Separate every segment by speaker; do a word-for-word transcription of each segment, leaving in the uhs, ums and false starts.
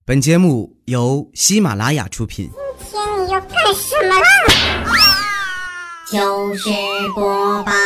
Speaker 1: 本节目由喜马拉雅出品。
Speaker 2: 今天你要干什么啦？
Speaker 3: 糗事播报。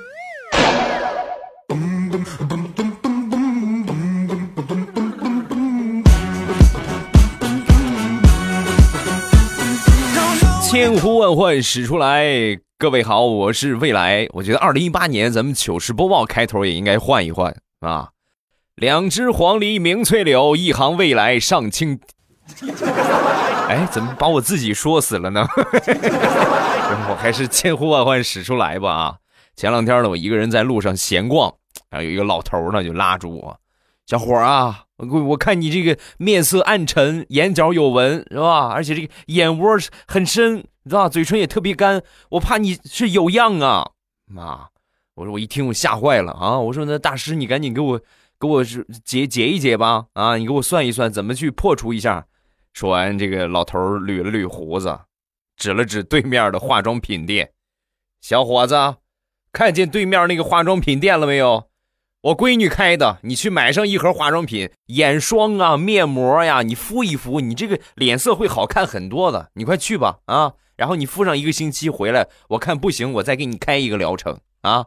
Speaker 4: 千呼万唤始出来，各位好，我是未来。我觉得二零一八年咱们糗事播报开头也应该换一换啊！两只黄鹂鸣翠柳，一行未来上青。哎，怎么把我自己说死了呢？我还是千呼万唤始出来吧啊！前两天呢，我一个人在路上闲逛，然后有一个老头呢就拉住我，小伙啊，我我看你这个面色暗沉，眼角有纹是吧？而且这个眼窝很深，是吧？嘴唇也特别干，我怕你是有恙啊！啊，我说我一听我吓坏了啊！我说那大师你赶紧给我给我解解一解吧啊！你给我算一算怎么去破除一下。说完，这个老头捋了捋胡子，指了指对面的化妆品店，小伙子，看见对面那个化妆品店了没有？我闺女开的，你去买上一盒化妆品，眼霜啊、面膜呀，你敷一敷，你这个脸色会好看很多的。你快去吧啊！然后你敷上一个星期回来，我看不行，我再给你开一个疗程啊。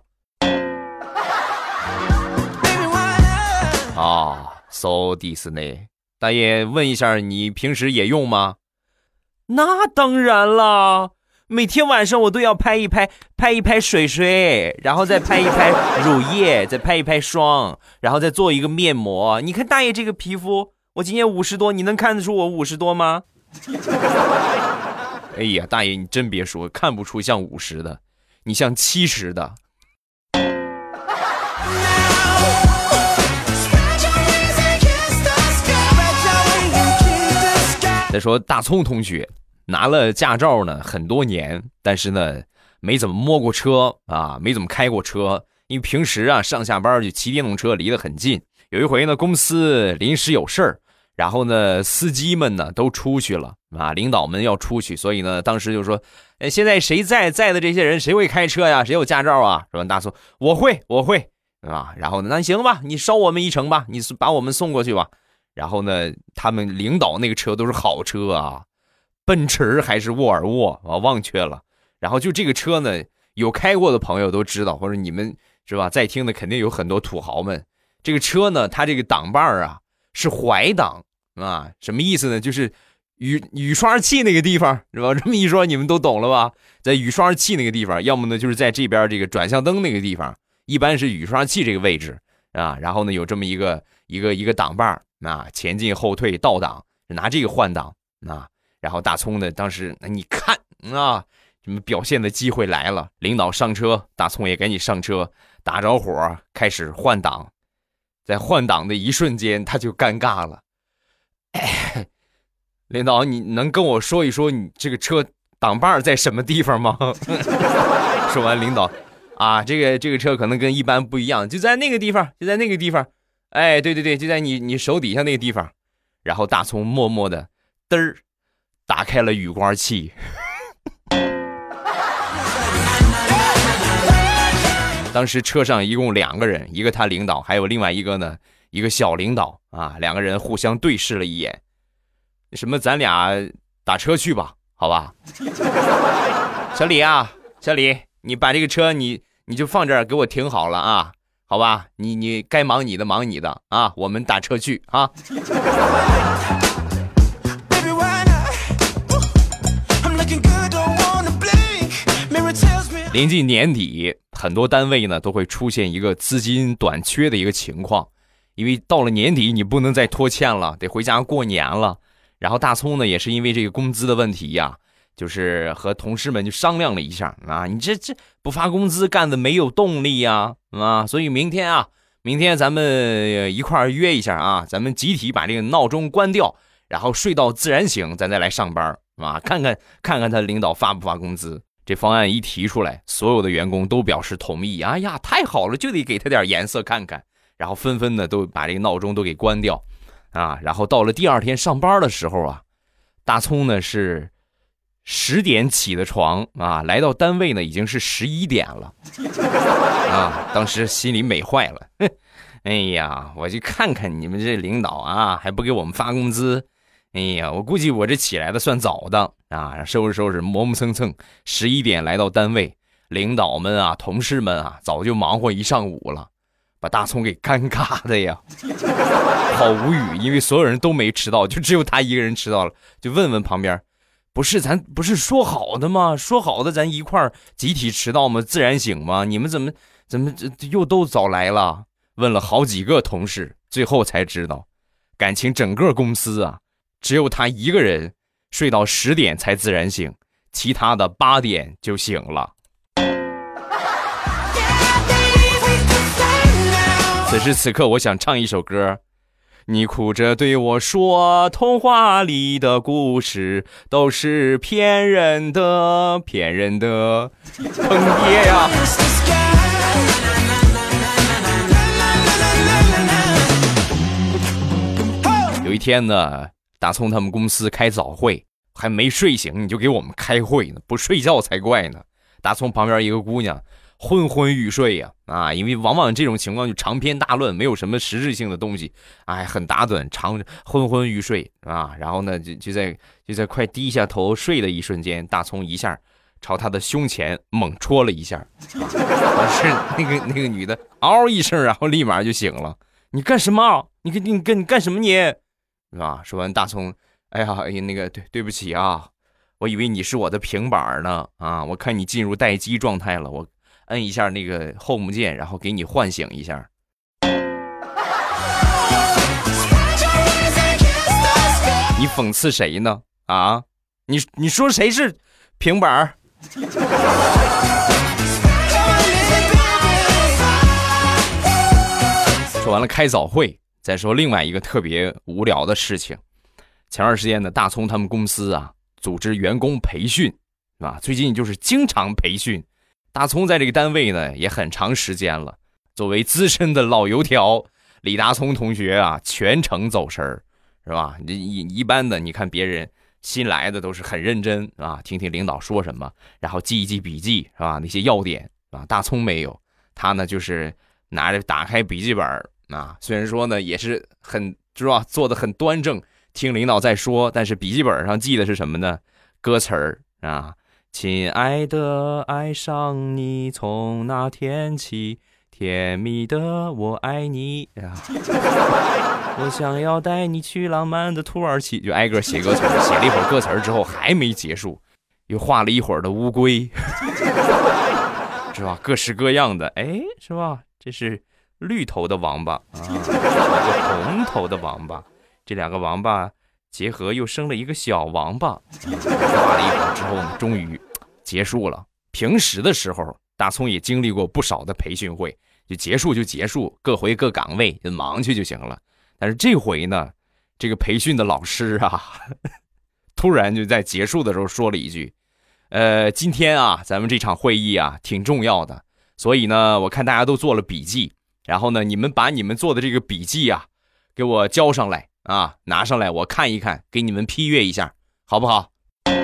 Speaker 4: 啊 ，so this 呢？大爷，问一下，你平时也用吗？那当然了，每天晚上我都要拍一拍，拍一拍水水，然后再拍一拍乳液，再拍一拍霜，然后再做一个面膜。你看大爷这个皮肤，我今年五十多，你能看得出我五十多吗？哎呀，大爷，你真别说，看不出像五十的，你像七十的。再说大葱同学拿了驾照呢很多年，但是呢没怎么摸过车啊，没怎么开过车，因为平时啊上下班就骑电动车离得很近。有一回呢公司临时有事儿，然后呢司机们呢都出去了啊，领导们要出去，所以呢当时就说，哎，现在谁在在的这些人谁会开车呀？谁有驾照啊？说大葱我会我会啊，然后呢那行吧，你捎我们一程吧，你把我们送过去吧。然后呢他们领导那个车都是好车啊，奔驰还是沃尔沃啊，忘却了。然后就这个车呢，有开过的朋友都知道，或者你们是吧，在听的肯定有很多土豪们。这个车呢，它这个挡把啊是怀挡啊，什么意思呢？就是雨雨刷器那个地方是吧？这么一说你们都懂了吧？在雨刷器那个地方，要么呢就是在这边这个转向灯那个地方，一般是雨刷器这个位置啊。然后呢有这么一个一个一个挡把啊，前进后退倒挡，拿这个换挡啊。然后大葱呢当时你看啊，什么表现的机会来了，领导上车，大葱也赶紧上车，打着火开始换挡。在换挡的一瞬间他就尴尬了，哎，领导你能跟我说一说你这个车挡把在什么地方吗？说完领导啊，这个这个车可能跟一般不一样，就在那个地方，就在那个地方，哎，对对对，就在你你手底下那个地方。然后大葱默默的嘚儿打开了雨刮器。当时车上一共两个人，一个他领导，还有另外一个呢，一个小领导啊，两个人互相对视了一眼，什么咱俩打车去吧，好吧？小李啊，小李，你把这个车你你就放这儿给我停好了啊，好吧？你你该忙你的忙你的啊，我们打车去啊。临近年底，很多单位呢都会出现一个资金短缺的一个情况，因为到了年底你不能再拖欠了，得回家过年了。然后大葱呢也是因为这个工资的问题呀，就是和同事们就商量了一下啊，你这这不发工资干的没有动力呀啊，所以明天啊，明天咱们一块儿约一下啊，咱们集体把这个闹钟关掉，然后睡到自然醒，咱再来上班啊，看看看看他领导发不发工资。这方案一提出来，所有的员工都表示同意。哎呀，太好了，就得给他点颜色看看。然后纷纷的都把这个闹钟都给关掉啊。然后到了第二天上班的时候啊，大葱呢是十点起的床啊，来到单位呢已经是十一点了啊。当时心里美坏了，哎呀，我去看看你们这领导啊，还不给我们发工资， 哎呀，我估计我这起来的算早的啊，收拾收拾，磨磨蹭蹭，十一点来到单位，领导们啊，同事们啊，早就忙活一上午了，把大葱给尴尬的呀，好无语，因为所有人都没迟到，就只有他一个人迟到了，就问问旁边，不是咱不是说好的吗？说好的咱一块儿集体迟到吗？自然醒吗？你们怎么怎么又都早来了？问了好几个同事，最后才知道，感情整个公司啊，只有他一个人睡到十点才自然醒，其他的八点就醒了。此时此刻，我想唱一首歌。你哭着对我说，童话里的故事都是骗人的，骗人的，坑爹呀！有一天呢，大葱他们公司开早会，还没睡醒你就给我们开会呢，不睡觉才怪呢。大葱旁边一个姑娘昏昏欲睡呀、啊，啊，因为往往这种情况就长篇大论，没有什么实质性的东西，哎，很打盹，长昏昏欲睡啊。然后呢，就就在就在快低下头睡的一瞬间，大葱一下朝他的胸前猛戳了一下，啊、是那个那个女的嗷一声，然后立马就醒了。你干什么？你你你干你干什么你？啊！说完，大葱，哎呀，哎呀，那个对对不起啊，我以为你是我的平板呢啊！我看你进入待机状态了，我摁一下那个 home 键，然后给你唤醒一下。你讽刺谁呢？啊，你你说谁是平板？说完了开早会，再说另外一个特别无聊的事情。前段时间呢，大葱他们公司啊组织员工培训，是吧？最近就是经常培训。大葱在这个单位呢也很长时间了，作为资深的老油条，李大葱同学啊全程走神儿，是吧？一一般的，你看别人新来的都是很认真啊，听听领导说什么，然后记一记笔记，是吧？那些要点啊，大葱没有，他呢就是拿着打开笔记本啊，虽然说呢也是很是吧，做的很端正，听领导在说，但是笔记本上记的是什么呢？歌词儿啊。亲爱的，爱上你从那天起，甜蜜的我爱你呀！我想要带你去浪漫的土耳其，就挨个写歌词，写了一会儿歌词之后还没结束，又画了一会儿的乌龟，是吧？各式各样的，哎，是吧？这是绿头的王八啊，这个红头的王八，这两个王八结合又生了一个小王八，画了一会儿之后呢，终于结束了。平时的时候，大葱也经历过不少的培训会，就结束就结束，各回各岗位，就忙去就行了。但是这回呢，这个培训的老师啊，突然就在结束的时候说了一句：“呃，今天啊，咱们这场会议啊挺重要的，所以呢，我看大家都做了笔记，然后呢，你们把你们做的这个笔记啊，给我交上来。”啊，拿上来我看一看，给你们批阅一下，好不好？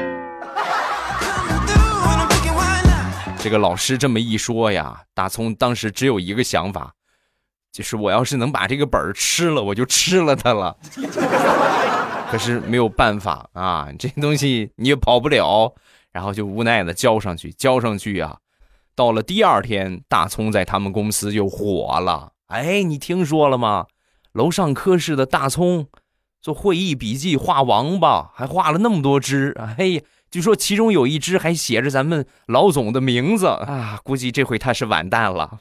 Speaker 4: 这个老师这么一说呀，大葱当时只有一个想法，就是我要是能把这个本吃了，我就吃了它了。可是没有办法啊，这东西你也跑不了，然后就无奈的交上去，交上去啊。到了第二天，大葱在他们公司就火了。哎，你听说了吗？楼上科室的大葱做会议笔记画王八，还画了那么多只，哎，据说其中有一只还写着咱们老总的名字啊，估计这回他是完蛋了。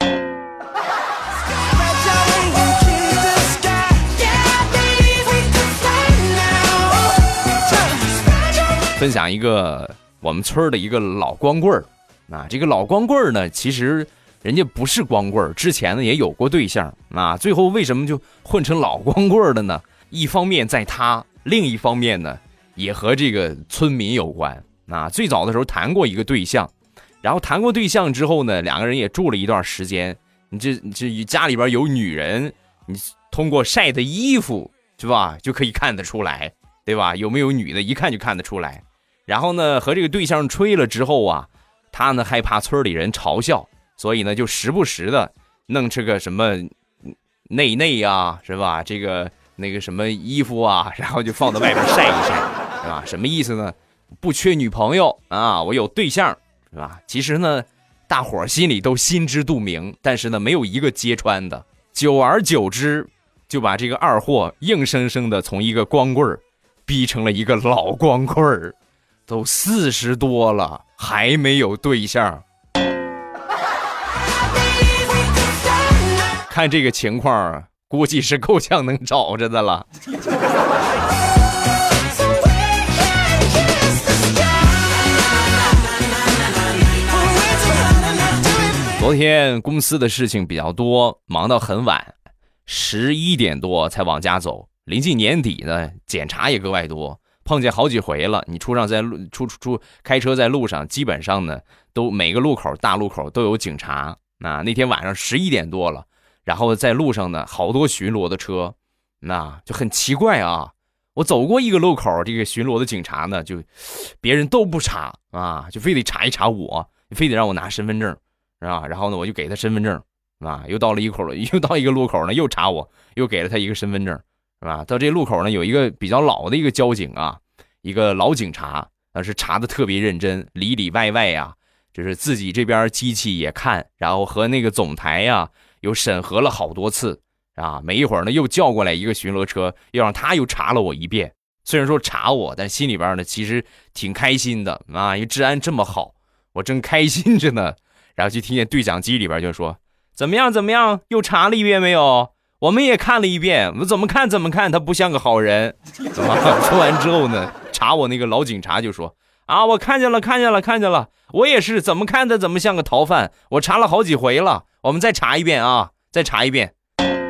Speaker 4: 分享一个我们村的一个老光棍儿啊，这个老光棍儿呢，其实人家不是光棍，之前呢也有过对象啊，最后为什么就混成老光棍的呢？一方面在他，另一方面呢也和这个村民有关啊。最早的时候谈过一个对象，然后谈过对象之后呢，两个人也住了一段时间。你这这家里边有女人，你通过晒的衣服是吧，就可以看得出来，对吧？有没有女的，一看就看得出来。然后呢，和这个对象吹了之后啊，他呢害怕村里人嘲笑。所以呢，就时不时的弄这个什么内内啊，是吧？这个那个什么衣服啊，然后就放到外边晒一晒，是吧？什么意思呢？不缺女朋友啊，我有对象，是吧？其实呢，大伙儿心里都心知肚明，但是呢，没有一个揭穿的。久而久之，就把这个二货硬生生的从一个光棍儿逼成了一个老光棍儿，都四十多了还没有对象。看这个情况，估计是够呛能找着的了。昨天公司的事情比较多，忙到很晚，十一点多才往家走。临近年底呢，检查也格外多，碰见好几回了。你出上在路出出出开车在路上，基本上呢都每个路口大路口都有警察。那那天晚上十一点多了，然后在路上呢好多巡逻的车，那就很奇怪啊。我走过一个路口，这个巡逻的警察呢，就别人都不查啊，就非得查一查我，非得让我拿身份证。啊，然后呢，我就给他身份证，啊，又到了一口了，又到一个路口呢，又查我，又给了他一个身份证，是吧？到这路口呢，有一个比较老的一个交警啊，一个老警察，啊，是查的特别认真，里里外外呀、啊，就是自己这边机器也看，然后和那个总台呀、啊，又审核了好多次，啊，没一会儿呢，又叫过来一个巡逻车，又让他又查了我一遍。虽然说查我，但心里边呢，其实挺开心的啊，因为治安这么好，我正开心着呢。然后就听见对讲机里边就说怎么样怎么样，又查了一遍没有？我们也看了一遍，我怎么看怎么看他不像个好人。说完之后呢，查我那个老警察就说啊，我看见了看见了看见了，我也是怎么看的怎么像个逃犯，我查了好几回了，我们再查一遍啊，再查一遍。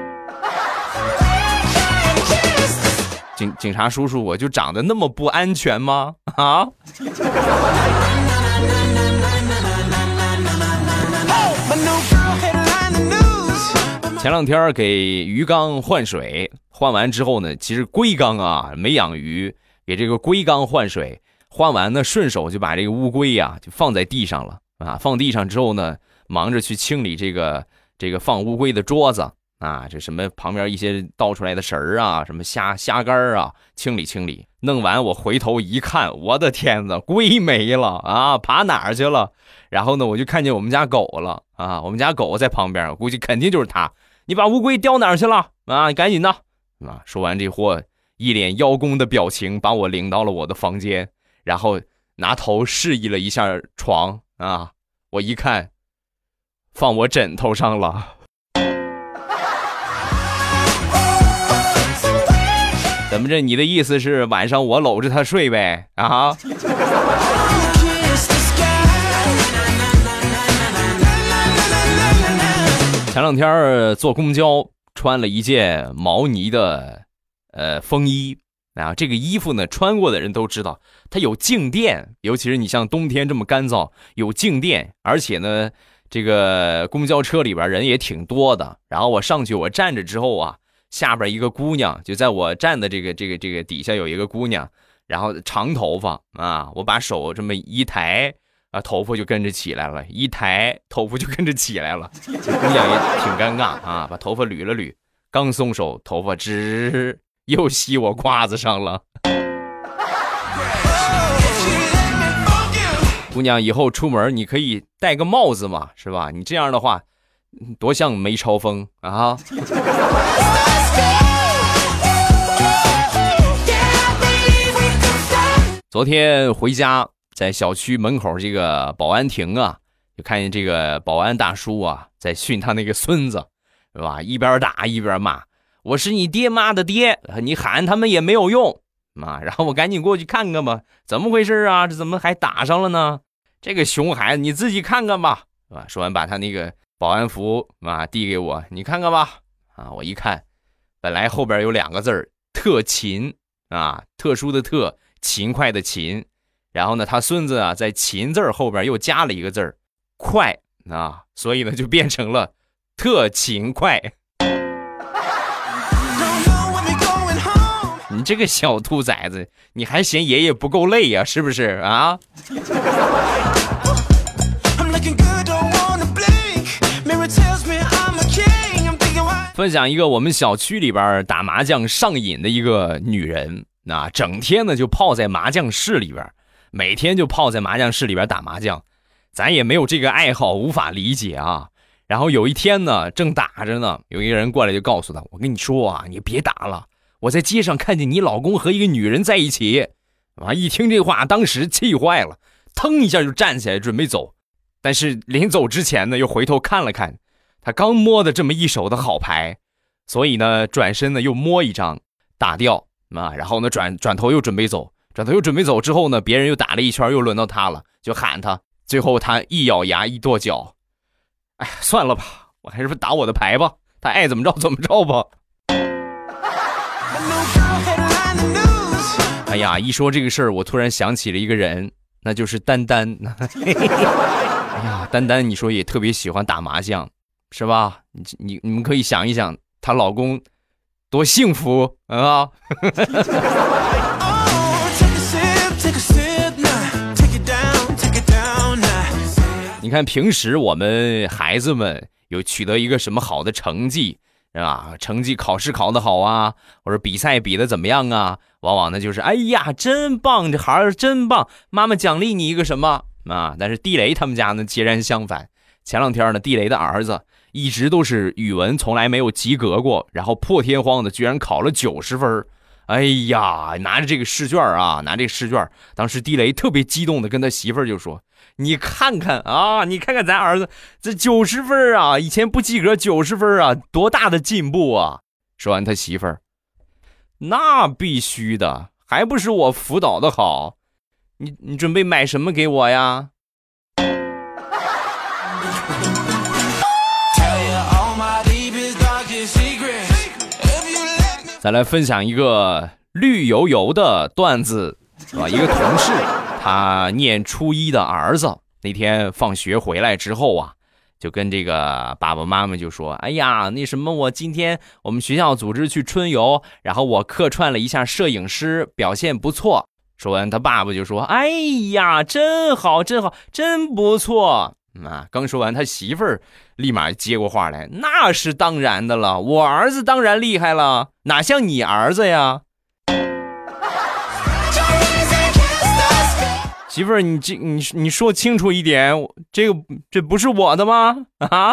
Speaker 4: 警警察叔叔，我就长得那么不安全吗？啊？前两天给鱼缸换水，换完之后呢，其实龟缸啊没养鱼，给这个龟缸换水，换完呢顺手就把这个乌龟呀、啊、就放在地上了啊，放地上之后呢，忙着去清理这个这个放乌龟的桌子啊，这什么旁边一些倒出来的食儿啊，什么虾虾干啊，清理清理。弄完我回头一看，我的天哪，龟没了啊，爬哪儿去了？然后呢，我就看见我们家狗了啊，我们家狗在旁边，我估计肯定就是它。你把乌龟叼哪儿去了啊？你赶紧的啊！说完这货一脸邀功的表情，把我领到了我的房间，然后拿头示意了一下床啊，我一看，放我枕头上了。怎么着？你的意思是晚上我搂着他睡呗？啊？前两天坐公交，穿了一件毛呢的呃风衣啊，这个衣服呢穿过的人都知道它有静电，尤其是你像冬天这么干燥，有静电，而且呢这个公交车里边人也挺多的。然后我上去，我站着之后啊，下边一个姑娘就在我站的这个这个这个底下有一个姑娘，然后长头发啊，我把手这么一抬啊，头发就跟着起来了，一抬头发就跟着起来了。这姑娘也挺尴尬啊，把头发捋了捋，刚松手，头发直又吸我胯子上了。姑娘，以后出门你可以戴个帽子嘛，是吧？你这样的话，多像梅超风啊！昨天回家，在小区门口这个保安亭啊，就看见这个保安大叔啊，在训他那个孙子，是吧？一边打一边骂：“我是你爹妈的爹，你喊他们也没有用啊！”然后我赶紧过去看看吧，怎么回事啊？这怎么还打上了呢？这个熊孩子，你自己看看吧，是吧？说完，把他那个保安服啊递给我，你看看吧。啊，我一看，本来后边有两个字儿，特勤啊，特殊的特，勤快的勤。然后呢，他孙子啊，在勤字后边又加了一个字儿，快啊，所以呢就变成了特勤快。你这个小兔崽子，你还嫌爷爷不够累呀、啊？是不是啊？ 分享一个我们小区里边打麻将上瘾的一个女人，啊，整天呢就泡在麻将室里边，每天就泡在麻将室里边打麻将，咱也没有这个爱好，无法理解啊。然后有一天呢，正打着呢，有一个人过来就告诉他，我跟你说啊，你别打了，我在街上看见你老公和一个女人在一起。啊，一听这话，当时气坏了，腾一下就站起来准备走，但是临走之前呢，又回头看了看他刚摸的这么一手的好牌，所以呢，转身呢又摸一张打掉啊，然后呢转转头又准备走，转头又准备走之后呢，别人又打了一圈，又轮到他了，就喊他，最后他一咬牙一跺脚，哎呀，算了吧，我还是打我的牌吧，他爱怎么着怎么着吧。哎呀，一说这个事儿，我突然想起了一个人，那就是丹丹。哎呀，丹丹，你说也特别喜欢打麻将，是吧？你你你们可以想一想，她老公多幸福啊！你看，平时我们孩子们有取得一个什么好的成绩，是吧？成绩考试考得好啊，或者比赛比得怎么样啊？往往呢就是哎呀真棒，这孩儿真棒，妈妈奖励你一个什么啊？但是地雷他们家呢截然相反，前两天呢地雷的儿子一直都是语文从来没有及格过，然后破天荒的居然考了九十分。哎呀，拿着这个试卷啊，拿这个试卷，当时地雷特别激动的跟他媳妇儿就说，你看看啊，你看看咱儿子这九十分啊，以前不及格九十分啊，多大的进步啊。说完他媳妇儿，那必须的，还不是我辅导的好，你你准备买什么给我呀？再来分享一个绿油油的段子啊，一个同事他念初一的儿子那天放学回来之后啊，就跟这个爸爸妈妈就说，哎呀，那什么，我今天我们学校组织去春游，然后我客串了一下摄影师，表现不错。说完他爸爸就说，哎呀，真好真好，真不错啊。刚说完他媳妇儿立马接过话来，那是当然的了，我儿子当然厉害了，哪像你儿子呀。媳妇儿，你这你你说清楚一点，这个这不是我的吗？啊！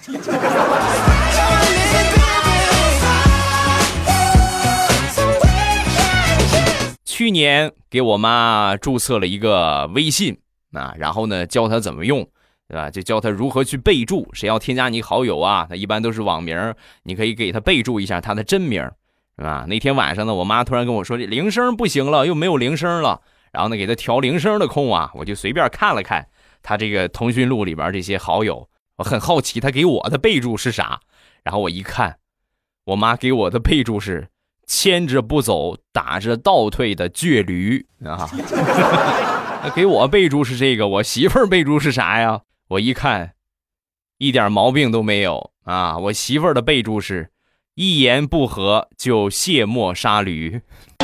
Speaker 4: 去年给我妈注册了一个微信啊，然后呢教她怎么用，对吧？就教她如何去备注，谁要添加你好友啊，她一般都是网名，你可以给她备注一下她的真名，是吧？那天晚上呢，我妈突然跟我说，这铃声不行了，又没有铃声了。然后呢，给他调铃声的空啊，我就随便看了看他这个通讯录里边这些好友，我很好奇他给我的备注是啥。然后我一看，我妈给我的备注是牵着不走，打着倒退的倔驴啊。给我备注是这个，我媳妇儿备注是啥呀？我一看，一点毛病都没有啊！我媳妇儿的备注是一言不合就卸磨杀驴。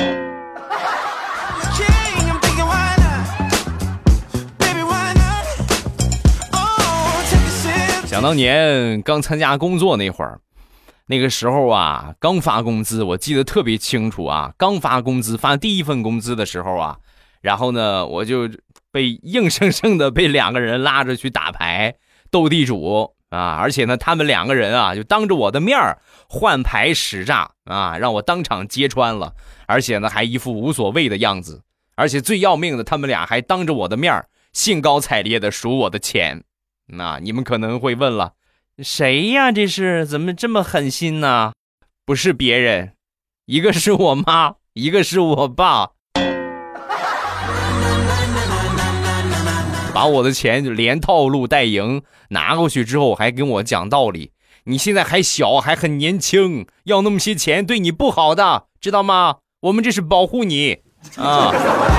Speaker 4: 想当年刚参加工作那会儿，那个时候啊，刚发工资，我记得特别清楚啊。刚发工资，发第一份工资的时候啊，然后呢，我就被硬生生的被两个人拉着去打牌斗地主啊，而且呢，他们两个人啊，就当着我的面换牌使诈啊，让我当场揭穿了，而且呢，还一副无所谓的样子。而且最要命的，他们俩还当着我的面兴高采烈的数我的钱。那你们可能会问了，谁呀？这是怎么这么狠心呢？不是别人，一个是我妈，一个是我爸，把我的钱就连套路带赢拿过去之后，还跟我讲道理，你现在还小，还很年轻，要那么些钱对你不好的，知道吗？我们这是保护你啊。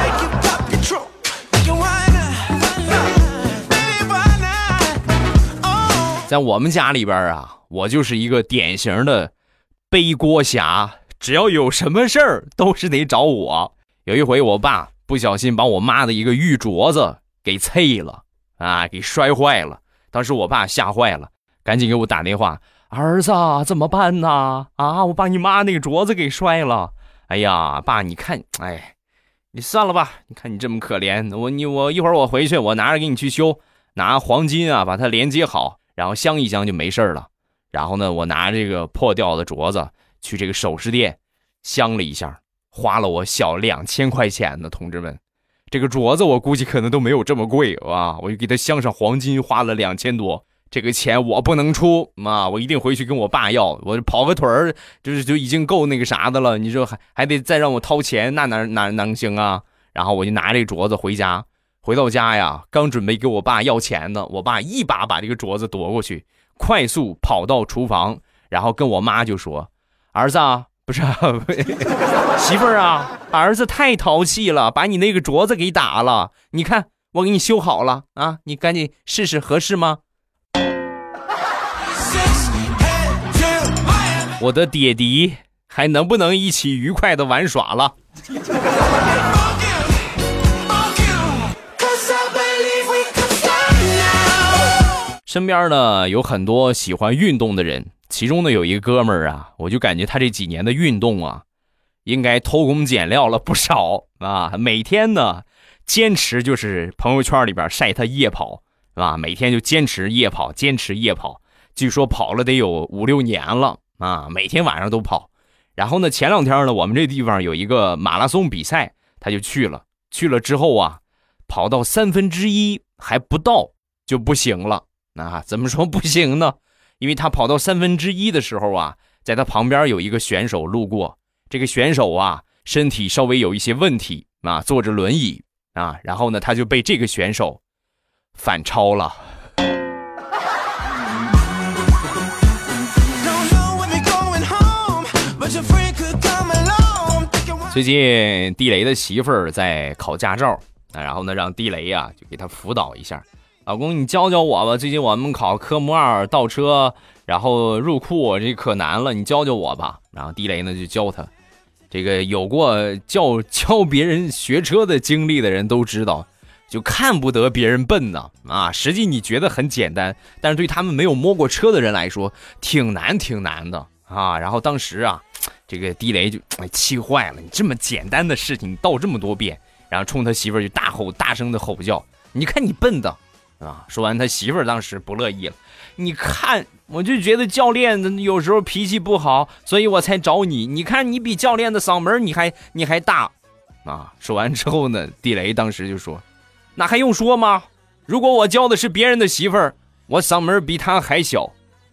Speaker 4: 在我们家里边啊，我就是一个典型的背锅侠，只要有什么事儿都是得找我。有一回我爸不小心把我妈的一个玉镯子给碎了啊，给摔坏了。当时我爸吓坏了，赶紧给我打电话儿子怎么办呢？啊，我把你妈那个镯子给摔了。哎呀，爸，你看，哎，你算了吧，你看你这么可怜，我你我一会儿我回去，我拿着给你去修，拿黄金啊把它连接好，然后镶一镶就没事了。然后呢，我拿这个破掉的镯子去这个首饰店镶了一下，花了我小两千块钱呢，同志们。这个镯子我估计可能都没有这么贵啊，我就给它镶上黄金，花了两千多。这个钱我不能出啊，我一定回去跟我爸要。我跑个腿儿，就是就已经够那个啥的了。你说还还得再让我掏钱，那哪哪能行啊？然后我就拿这镯子回家，回到家呀，刚准备给我爸要钱呢，我爸一把把这个镯子夺过去，快速跑到厨房，然后跟我妈就说：“儿子啊，不是、啊、媳妇儿啊，儿子太淘气了，把你那个镯子给打了。你看我给你修好了啊，你赶紧试试合适吗？”我的爹地还能不能一起愉快的玩耍了？身边呢有很多喜欢运动的人，其中呢有一个哥们儿啊，我就感觉他这几年的运动啊，应该偷工减料了不少啊。每天呢坚持就是朋友圈里边晒他夜跑啊，每天就坚持夜跑，坚持夜跑，据说跑了得有五六年了。啊，每天晚上都跑。然后呢，前两天呢，我们这地方有一个马拉松比赛，他就去了。去了之后啊，跑到三分之一还不到就不行了。啊，怎么说不行呢？因为他跑到三分之一的时候啊，在他旁边有一个选手路过。这个选手啊，身体稍微有一些问题啊，坐着轮椅啊，然后呢，他就被这个选手反超了。最近地雷的媳妇儿在考驾照，然后呢让地雷啊就给他辅导一下，老公你教教我吧，最近我们考科目二倒车，然后入库这可难了，你教教我吧。然后地雷呢就教他，这个有过教教别人学车的经历的人都知道，就看不得别人笨呢啊，实际你觉得很简单，但是对他们没有摸过车的人来说挺难挺难的啊。然后当时啊这个地雷就哎气坏了，你这么简单的事情你倒这么多遍，然后冲他媳妇儿就大吼大声的吼叫，你看你笨的啊！说完他媳妇儿当时不乐意了，你看我就觉得教练有时候脾气不好，所以我才找你，你看你比教练的嗓门你还你还大啊！说完之后呢，地雷当时就说，那还用说吗？如果我教的是别人的媳妇儿，我嗓门比他还小，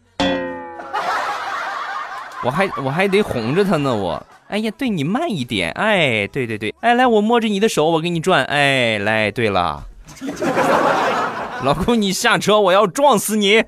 Speaker 4: 我还我还得哄着他呢，我哎呀，对你慢一点，哎，对对对，哎，来我摸着你的手，我给你转，哎，来，对了，老公你下车，我要撞死你。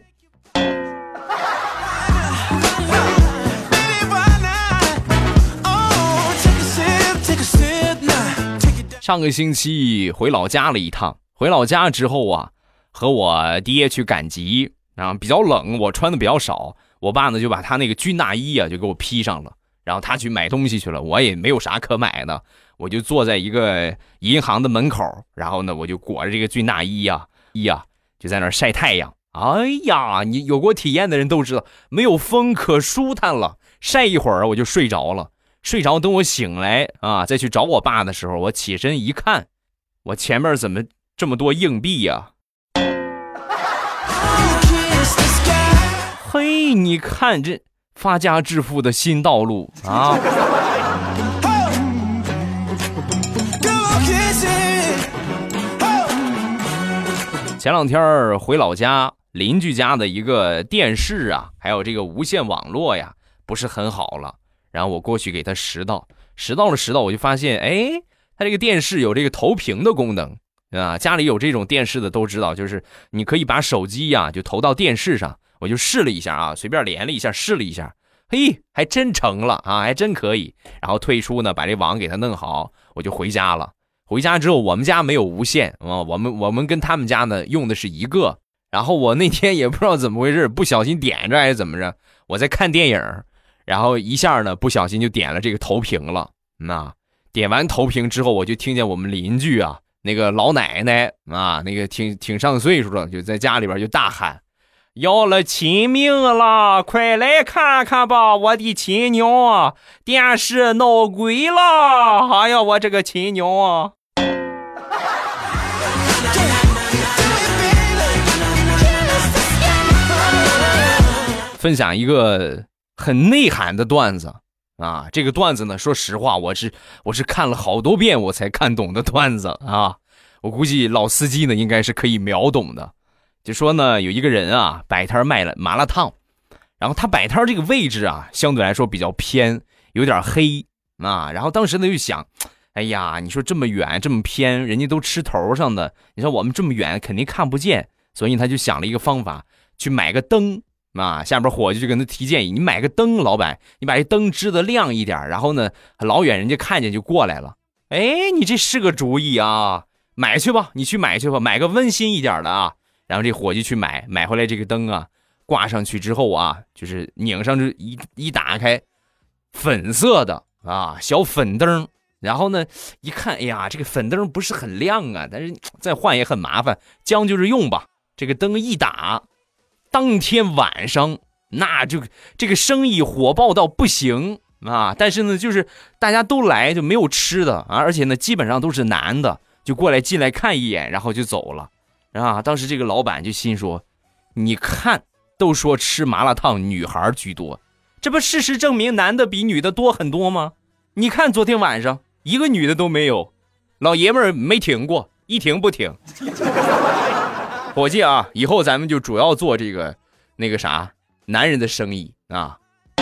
Speaker 4: 上个星期回老家了一趟，回老家之后啊，和我爹去赶集，啊，比较冷，我穿的比较少。我爸呢就把他那个军大衣啊就给我披上了，然后他去买东西去了，我也没有啥可买的，我就坐在一个银行的门口，然后呢我就裹着这个军大衣啊衣啊就在那儿晒太阳。哎呀，你有过体验的人都知道，没有风可舒坦了，晒一会儿我就睡着了，睡着等我醒来啊再去找我爸的时候，我起身一看，我前面怎么这么多硬币呀、嘿，你看这发家致富的新道路啊！前两天回老家，邻居家的一个电视啊，还有这个无线网络呀，不是很好了。然后我过去给他拾到，拾到了拾到，我就发现，哎，他这个电视有这个投屏的功能啊。家里有这种电视的都知道，就是你可以把手机呀、啊、就投到电视上。我就试了一下啊，随便连了一下，试了一下，嘿，还真成了啊，还真可以。然后退出呢，把这网给它弄好，我就回家了。回家之后，我们家没有无线啊，我们我们跟他们家呢用的是一个。然后我那天也不知道怎么回事，不小心点着还是怎么着，我在看电影，然后一下呢不小心就点了这个投屏了。那点完投屏之后，我就听见我们邻居啊，那个老奶奶啊，那个挺挺上岁数了，就在家里边就大喊。 要了亲命了，快来看看吧，我的亲娘啊！电视闹鬼了！哎呀，我这个亲娘啊！分享一个很内涵的段子啊，这个段子呢，说实话，我是我是看了好多遍我才看懂的段子啊。我估计老司机呢，应该是可以秒懂的。就说呢，有一个人啊，摆摊卖了麻辣烫，然后他摆摊这个位置啊，相对来说比较偏，有点黑啊。然后当时呢就想，哎呀，你说这么远这么偏，人家都吃头上的，你说我们这么远肯定看不见，所以他就想了一个方法，去买个灯啊。下边伙计就跟他提建议，你买个灯，老板，你把这灯支得亮一点，然后呢，老远人家看见就过来了。哎，你这是个主意啊，买去吧，你去买去吧，买个温馨一点的啊。然后这伙计去买，买回来这个灯啊，挂上去之后啊，就是拧上这一一打开，粉色的啊，小粉灯。然后呢，一看，哎呀，这个粉灯不是很亮啊，但是再换也很麻烦，将就着用吧。这个灯一打，当天晚上那就这个生意火爆到不行啊！但是呢，就是大家都来，就没有吃的啊，而且呢，基本上都是男的，就过来进来看一眼，然后就走了。啊！当时这个老板就心说：“你看，都说吃麻辣烫女孩居多，这不事实证明男的比女的多很多吗？你看昨天晚上一个女的都没有，老爷们儿没停过，一停不停。伙计啊，以后咱们就主要做这个那个啥男人的生意啊。”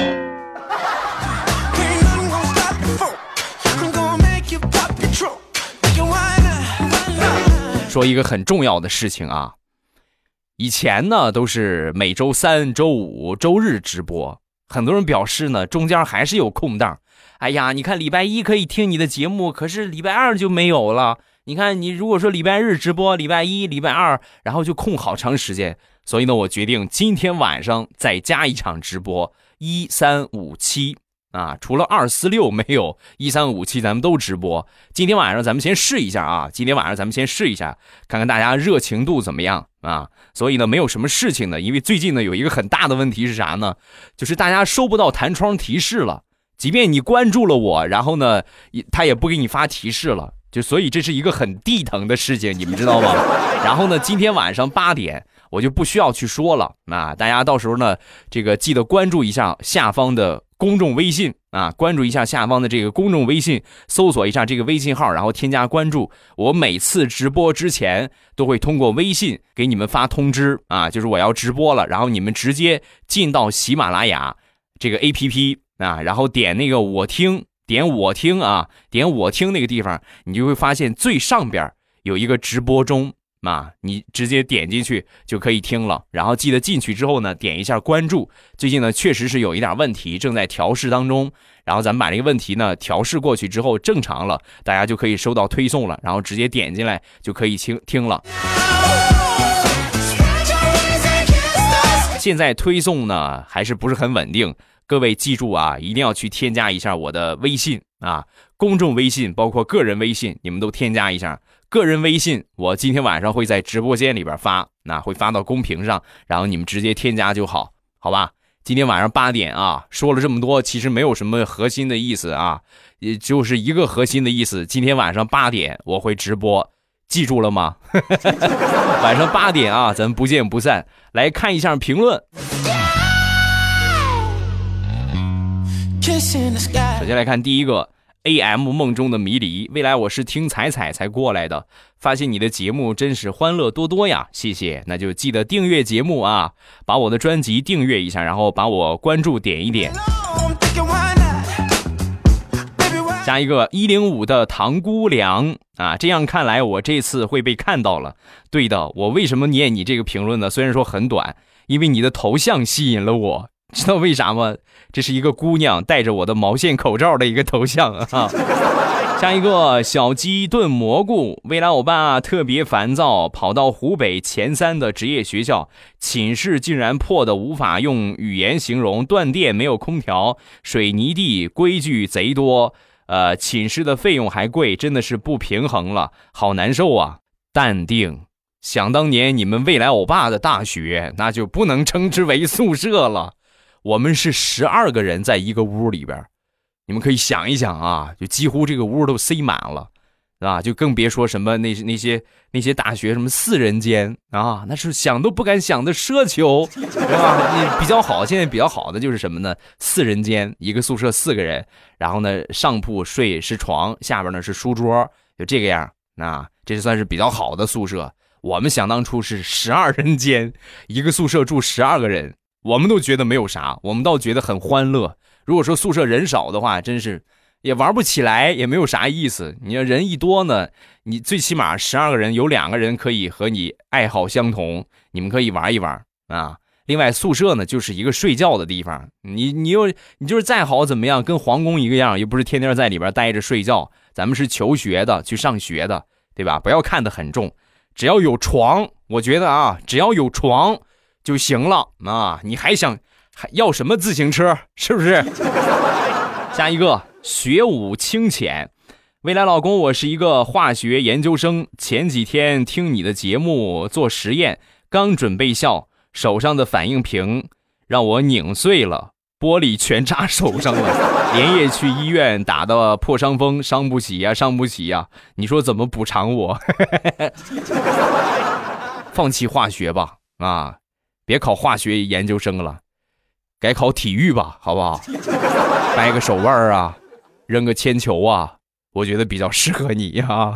Speaker 4: 说一个很重要的事情啊，以前呢都是每周三、周五、周日直播，很多人表示呢中间还是有空档。哎呀，你看礼拜一可以听你的节目，可是礼拜二就没有了。你看你如果说礼拜日直播，礼拜一、礼拜二，然后就空好长时间。所以呢，我决定今天晚上再加一场直播，一三五七。啊，除了二四六没有，一三五七咱们都直播。今天晚上咱们先试一下啊，今天晚上咱们先试一下，看看大家热情度怎么样啊。所以呢，没有什么事情呢，因为最近呢有一个很大的问题是啥呢？就是大家收不到弹窗提示了，即便你关注了我，然后呢，他也不给你发提示了，就所以这是一个很地疼的事情，你们知道吗？然后呢，今天晚上八点。我就不需要去说了啊，大家到时候呢，这个记得关注一下下方的公众微信啊，关注一下下方的这个公众微信，搜索一下这个微信号，然后添加关注。我每次直播之前都会通过微信给你们发通知啊，就是我要直播了，然后你们直接进到喜马拉雅这个 A P P 啊，然后点那个我听，点我听啊，点我听那个地方，你就会发现最上边有一个直播中。啊，你直接点进去就可以听了，然后记得进去之后呢，点一下关注。最近呢，确实是有一点问题，正在调试当中。然后咱们把这个问题呢调试过去之后，正常了，大家就可以收到推送了，然后直接点进来就可以听听了。现在推送呢还是不是很稳定，各位记住啊，一定要去添加一下我的微信啊，公众微信包括个人微信，你们都添加一下。个人微信我今天晚上会在直播间里边发，那会发到公屏上，然后你们直接添加就好，好吧？今天晚上八点啊，说了这么多，其实没有什么核心的意思啊，也就是一个核心的意思，今天晚上八点我会直播，记住了吗？晚上八点啊，咱们不见不散。来看一下评论。首先来看第一个。A M 梦中的迷离，未来我是听彩彩才过来的，发现你的节目真是欢乐多多呀，谢谢。那就记得订阅节目啊，把我的专辑订阅一下，然后把我关注点一点。下一个一零五的唐姑娘啊，这样看来我这次会被看到了。对的，我为什么念你这个评论呢？虽然说很短，因为你的头像吸引了我。知道为啥吗？这是一个姑娘戴着我的毛线口罩的一个头像啊。下一个小鸡炖蘑菇，未来欧巴特别烦躁，跑到湖北前三的职业学校，寝室竟然破的无法用语言形容，断电没有空调，水泥地，规矩贼多，呃，寝室的费用还贵，真的是不平衡了，好难受啊。淡定， 想当年你们未来欧巴的大学那就不能称之为宿舍了，我们是十二个人在一个屋里边，你们可以想一想啊，就几乎这个屋都塞满了啊，就更别说什么那那些那些大学什么四人间啊，那是想都不敢想的奢求，对吧？那比较好，现在比较好的就是什么呢？四人间，一个宿舍四个人，然后呢上铺睡是床，下边呢是书桌，就这个样啊，这算是比较好的宿舍。我们想当初是十二人间，一个宿舍住十二个人，我们都觉得没有啥，我们倒觉得很欢乐。如果说宿舍人少的话，真是也玩不起来，也没有啥意思。你要人一多呢，你最起码十二个人有两个人可以和你爱好相同，你们可以玩一玩啊。另外宿舍呢就是一个睡觉的地方，你你又你就是再好怎么样，跟皇宫一个样，又不是天天在里边待着睡觉，咱们是求学的，去上学的，对吧？不要看得很重，只要有床，我觉得啊，只要有床就行了啊。你还想还要什么自行车？是不是？下一个学武清浅，未来老公，我是一个化学研究生，前几天听你的节目做实验，刚准备笑，手上的反应瓶让我拧碎了，玻璃全扎手上了，连夜去医院打的破伤风，伤不起呀、啊，伤不起呀、啊！你说怎么补偿我？放弃化学吧，啊，别考化学研究生了，改考体育吧，好不好？掰个手腕啊，扔个铅球啊，我觉得比较适合你啊。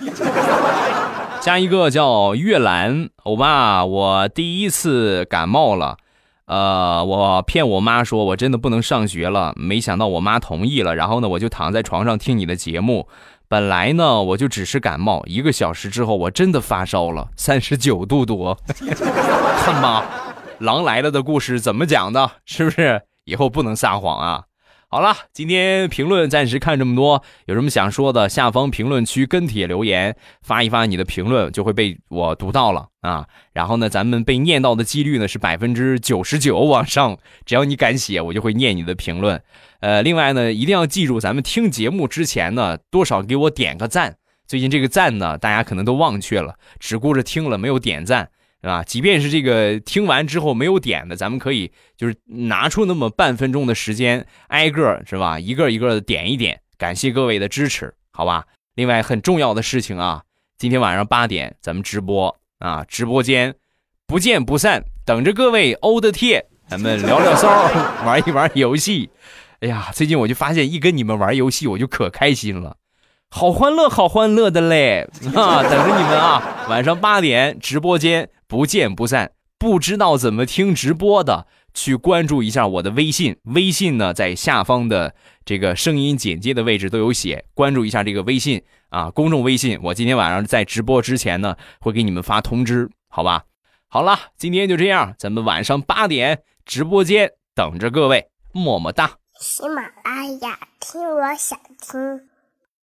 Speaker 4: 下一个叫月兰，欧巴，我第一次感冒了，呃，我骗我妈说我真的不能上学了，没想到我妈同意了，然后呢，我就躺在床上听你的节目。本来呢，我就只是感冒，一个小时之后我真的发烧了，三十九度多。看吧，狼来了的故事怎么讲的？是不是？以后不能撒谎啊！好了，今天评论暂时看这么多，有什么想说的，下方评论区跟帖留言，发一发你的评论，就会被我读到了啊。然后呢，咱们被念到的几率呢是百分之九十九往上，只要你敢写，我就会念你的评论。呃，另外呢，一定要记住，咱们听节目之前呢，多少给我点个赞。最近这个赞呢，大家可能都忘却了，只顾着听了没有点赞。是吧？即便是这个听完之后没有点的，咱们可以就是拿出那么半分钟的时间，挨个是吧，一个一个的点一点，感谢各位的支持，好吧？另外很重要的事情啊，今天晚上八点咱们直播啊，直播间不见不散，等着各位欧的贴，咱们聊聊骚，玩一玩游戏。哎呀，最近我就发现一跟你们玩游戏我就可开心了。好欢乐好欢乐的嘞啊！等着你们啊，晚上八点直播间不见不散。不知道怎么听直播的，去关注一下我的微信，微信呢在下方的这个声音简介的位置都有写，关注一下这个微信啊，公众微信。我今天晚上在直播之前呢会给你们发通知，好吧？好了，今天就这样，咱们晚上八点直播间等着各位，么么哒。
Speaker 2: 喜马拉雅，听我想听。